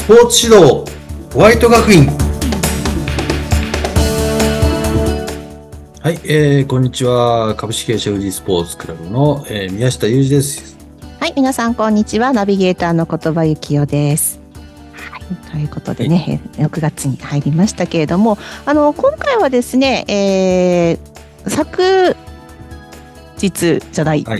スポーツ指導ホワイト学院。はい、こんにちは。株式会社富士スポーツクラブの、宮下裕二です。 はい、皆さんこんにちは。ナビゲーターの言葉幸代です。はい、ということでね、6月に入りましたけれども、今回はですね、昨日じゃない、 はい、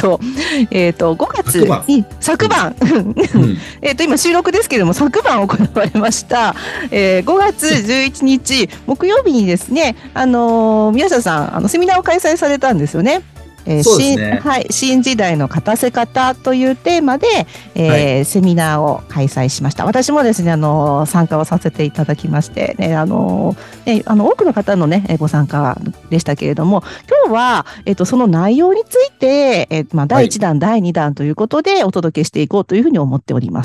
5月に昨晩、今収録ですけれども昨晩行われました、5月11日木曜日にですね、宮下さんセミナーを開催されたんですよね。 そうですね。 はい、新時代の勝たせ方というテーマで、セミナーを開催しました。私もですね、参加をさせていただきましてね、多くの方のね、ご参加でしたけれども、今日は、その内容について、第1弾、第2弾ということでお届けしていこうというふうに思っております。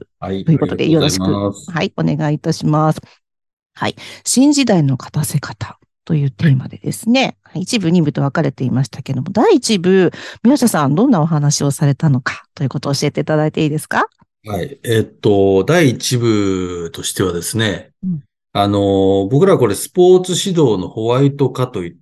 はい、 ということで、よろしく、はい、お願いいたします。はい、新時代の勝たせ方というテーマでですね、一部、二部と分かれていましたけども、第一部、宮下さん、どんなお話をされたのかということを教えていただいていいですか？ はい。第一部としてはですね、僕らこれスポーツ指導のホワイト化といって、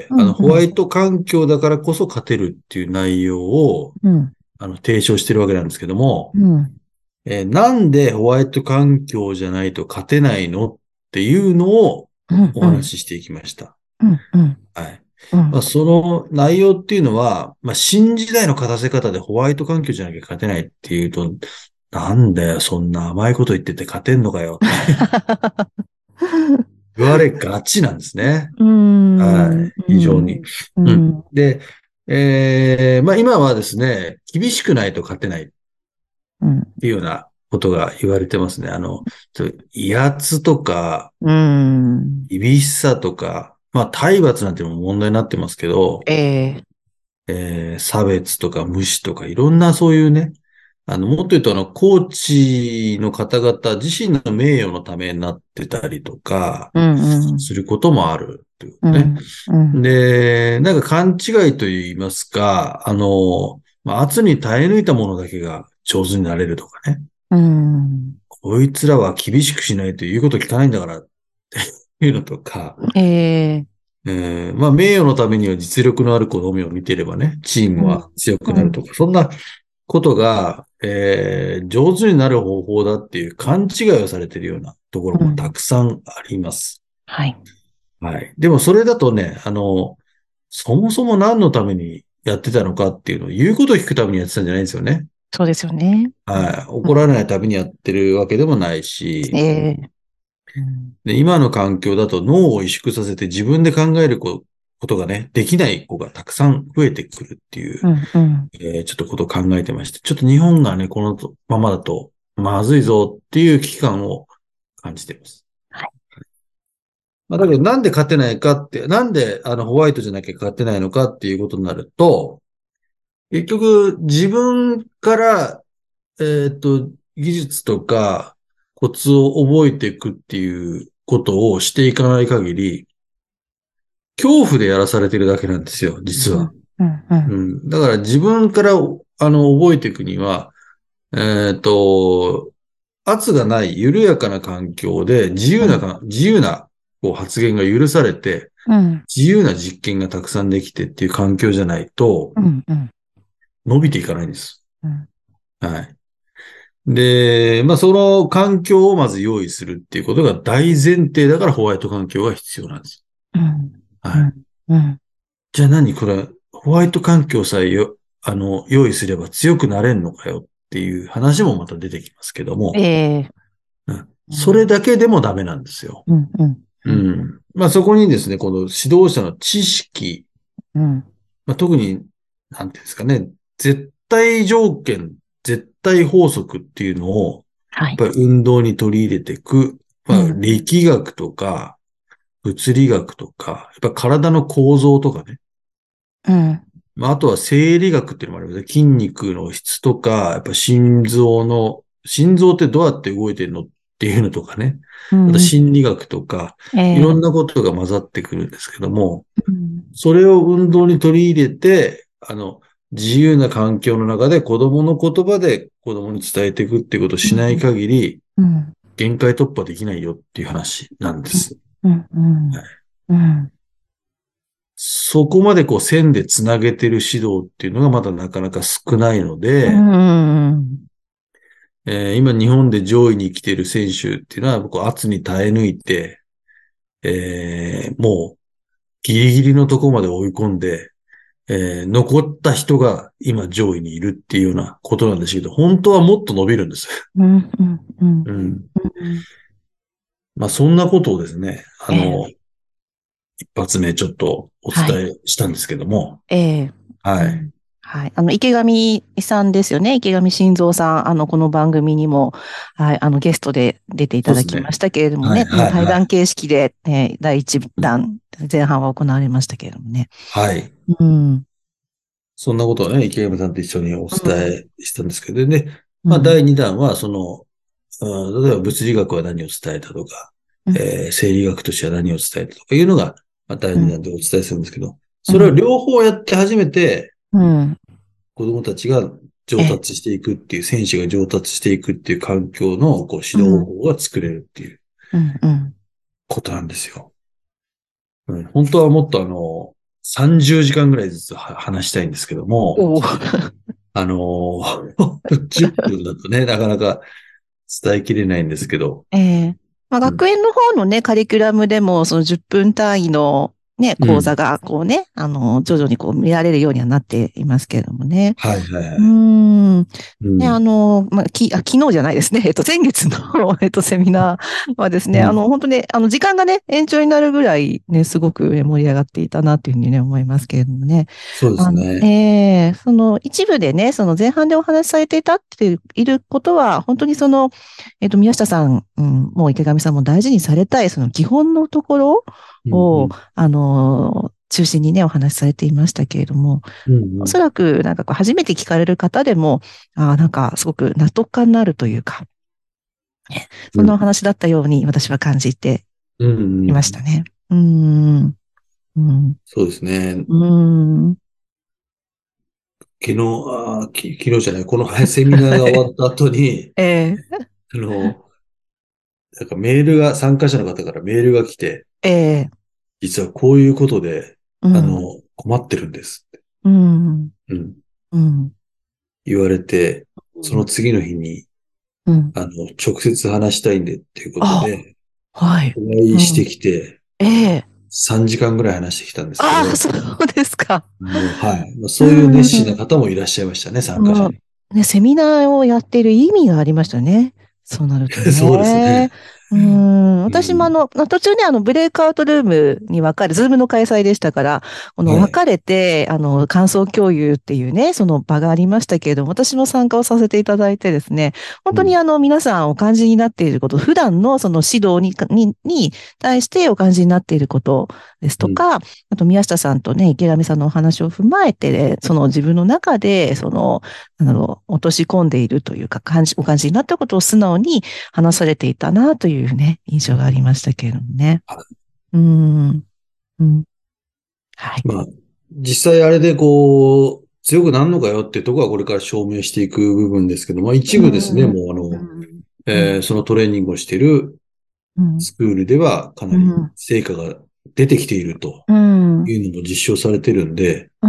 ホワイト環境だからこそ勝てるっていう内容を、提唱してるわけなんですけども、なんでホワイト環境じゃないと勝てないのっていうのをお話ししていきました。はい。その内容っていうのは、新時代の勝たせ方でホワイト環境じゃなきゃ勝てないっていうと、なんだよ、そんな甘いこと言ってて勝てんのかよって言われがちなんですね。はい。非常に。で、今はですね、厳しくないと勝てないっていうようなことが言われてますね。威圧とか、厳しさとか、体罰なんても問題になってますけど、差別とか無視とかいろんなそういうね、もっと言うとコーチの方々自身の名誉のためになってたりとか、することもあるというね。で、なんか勘違いと言いますか、圧に耐え抜いたものだけが上手になれるとかね。こいつらは厳しくしないと言うこと聞かないんだからっていうのとか、名誉のためには実力のある子供を見てればね、チームは強くなるとか、そんなことが、上手になる方法だっていう勘違いをされているようなところもたくさんあります。 はい。 はい。でもそれだとね、そもそも何のためにやってたのかっていうのを言うことを聞くためにやってたんじゃないんですよね。 そうですよね。 はい。怒られないためにやってるわけでもないし、で今の環境だと脳を萎縮させて自分で考えることがね、できない子がたくさん増えてくるっていう、ちょっとことを考えてまして、ちょっと日本がね、このままだとまずいぞっていう危機感を感じています。 はい。 だけどなんで勝てないかって、なんでホワイトじゃなきゃ勝てないのかっていうことになると、結局自分から、技術とかコツを覚えていくっていうことをしていかない限り、恐怖でやらされてるだけなんですよ、実は。だから自分から、覚えていくには、圧がない緩やかな環境で自由なこう発言が許されて、自由な実験がたくさんできてっていう環境じゃないと、伸びていかないんです。はい。で、その環境をまず用意するっていうことが大前提だからホワイト環境が必要なんです。はい。じゃあこれ、ホワイト環境さえ用意すれば強くなれんのかよっていう話もまた出てきますけども、それだけでもダメなんですよ。そこにですね、この指導者の知識、特に、なんていうんですかね、絶対条件、絶対法則っていうのを、やっぱり運動に取り入れていく、力学とか、物理学とか、やっぱ体の構造とかね。あとは生理学っていうのもありますね。筋肉の質とか、やっぱ心臓ってどうやって動いてるのっていうのとかね。あと心理学とか、いろんなことが混ざってくるんですけども、それを運動に取り入れて、自由な環境の中で子供の言葉で子供に伝えていくっていうことをしない限り、 うん。 限界突破できないよっていう話なんです。 うん。うん。 はい、 うん。 そこまでこう線でつなげてる指導っていうのがまだなかなか少ないのうで、 ん。 今日本で上位に来ている選手っていうのは僕圧に耐え抜いて、もうギリギリのところまで追い込んで、残った人が今上位にいるっていうようなことなんですけど、本当はもっと伸びるんです。 うん。うん。うん。 うん。 うん。 まあそんなことをですね、 ええ。 一発目ちょっとおはい。 伝えしたんですけども、 ええ。うはい。 ん。はい。池上さんですよね。池上晋三さん。この番組にも、はい。ゲストで出ていただそうですね。 きましたけれどもはい、 ね。 はい、はい。 対談形式で、第一弾、前半は行われましたけれどもね。 はい。 うん。 そんなことをね、池上さんと一緒におうん。 伝えしたんですけどね。まあ、 うん。 第2弾は、例えば物理学は何を伝えたとか、 うん。 生理学としては何を伝えたとかいうのが、まあ、第うん。 2弾でお伝えするんですけど、それをうん。 両方やって初めて、 うん。 子供たちが上ええ。 達していくっていう、選手が上達していくっていう環境のこう指導うん。 法が作れるっていううん。うん。 ことなんですよ。うん、本当はもっと30時間ぐらいずつ話したいんですけども、 おお。 10分だとね、なかなか伝えきれないんですけど、 ええ。まあ、 うん。 学園の方のね、カリキュラムでも、その10分単位のね、 うん。 講座が、こうね、徐々にこう見られるようにはなっていますけれどもね。 はいはいうーはい。 ん。ね、 うん。 まあ、昨日じゃないですね。先月のセミナーはですね、 うん。 本当に、時間がね、延長になるぐらいね、すごくね盛り上がっていたなっていうふうにね、思いますけれどもね。 そうですね。 その一部でね、その前半でお話しされていたっていることは、本当に宮下さん、もう池上さんも大事にされたい、その基本のところを、 うんうん。 中心にね、お話しされていましたけれども、 うんうん。 おそらく、なんかこう、初めて聞かれる方でも、なんか、すごく納得感のあるというか、ね、そんなおうん。 話だったように私は感じてうんういましたん。 ね。うーん。うん。 そうですね。 うーん。 昨日、昨日じゃない、このセミナーが終わった後に、 ええ、 あの、なんかメールが、参加者の方からメールが来て、 ええ、 実はこういうことで、 うん、 困ってるんですって。 うん、 うん。 うん、 言われて、そのうん、 次の日に、 うん。 直接話したいんでっていうことあ、 で、 はい。 お会いしてうん。 きて、 ええ。 3時間ぐらい話してきたんですけああ、 ど、 そうですか。 はい。まあ、 うそういう熱心なん。 方もいらっしゃいましたね、参加者もに。 う、ね、セミナーをやっている意味がありましたね。そうなるとそうですね。 ね。 私もうん。 途中ね、ブレイクアウトルームに分かれ、ズームの開催でしたから、分はい。 かれて、感想共有っていうね、その場がありましたけれども、私も参加をさせていただいてですね、本当にうん。 皆さんお感じになっていること、普段のその指導に対してお感じになっていることですうん。 とか、あと宮下さんとね、池上さんのお話を踏まえて、その自分の中で、落とし込んでいるというか、お感じになったことを素直に話されていたなというね、印象がありましたけれどもね。 はい。 うん、うん、はい。 まあ、実際あれでこう、強くなるのかよっていうところはこれから証明していく部分ですけど、まあ一う部ですね、 ん、 もううん、うん、 そのトレーニングをしているうん、 スクールではかなりうん、 成果が出てきているとうん、 いうのも実証されてるんで、 うん、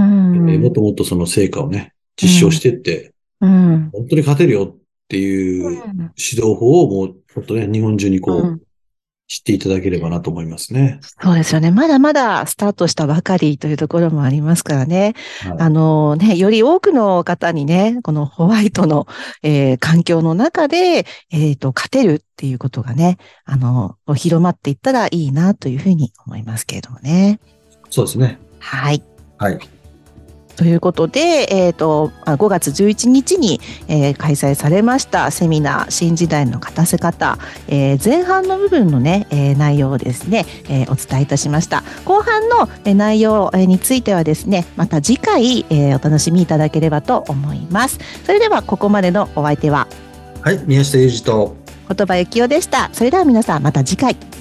もっともっとその成果をね、 うん、 実証していって、 うん、 本当に勝てるよっていう指導法をもう、本当ね、日本中にこう、 うん。 知っていただければなと思いますね。 そうですよね。まだまだスタートしたばかりというところもありますからね。 はい。 より多くの方にね、このホワイトの、環境の中で、勝てるっていうことがね、広まっていったらいいなというふうに思いますけれどもね。 そうですね。 はい。 はい。 ということで、5月11日に、開催されましたセミナー新時代の勝たせ方、前半の部分のね、内容をですね、お伝えいたしました。後半の、内容、についてはですね、また次回、お楽しみいただければと思います。それではここまでのお相手ははい。宮下裕二と、 言葉幸雄でした。それでは皆さんまた次回。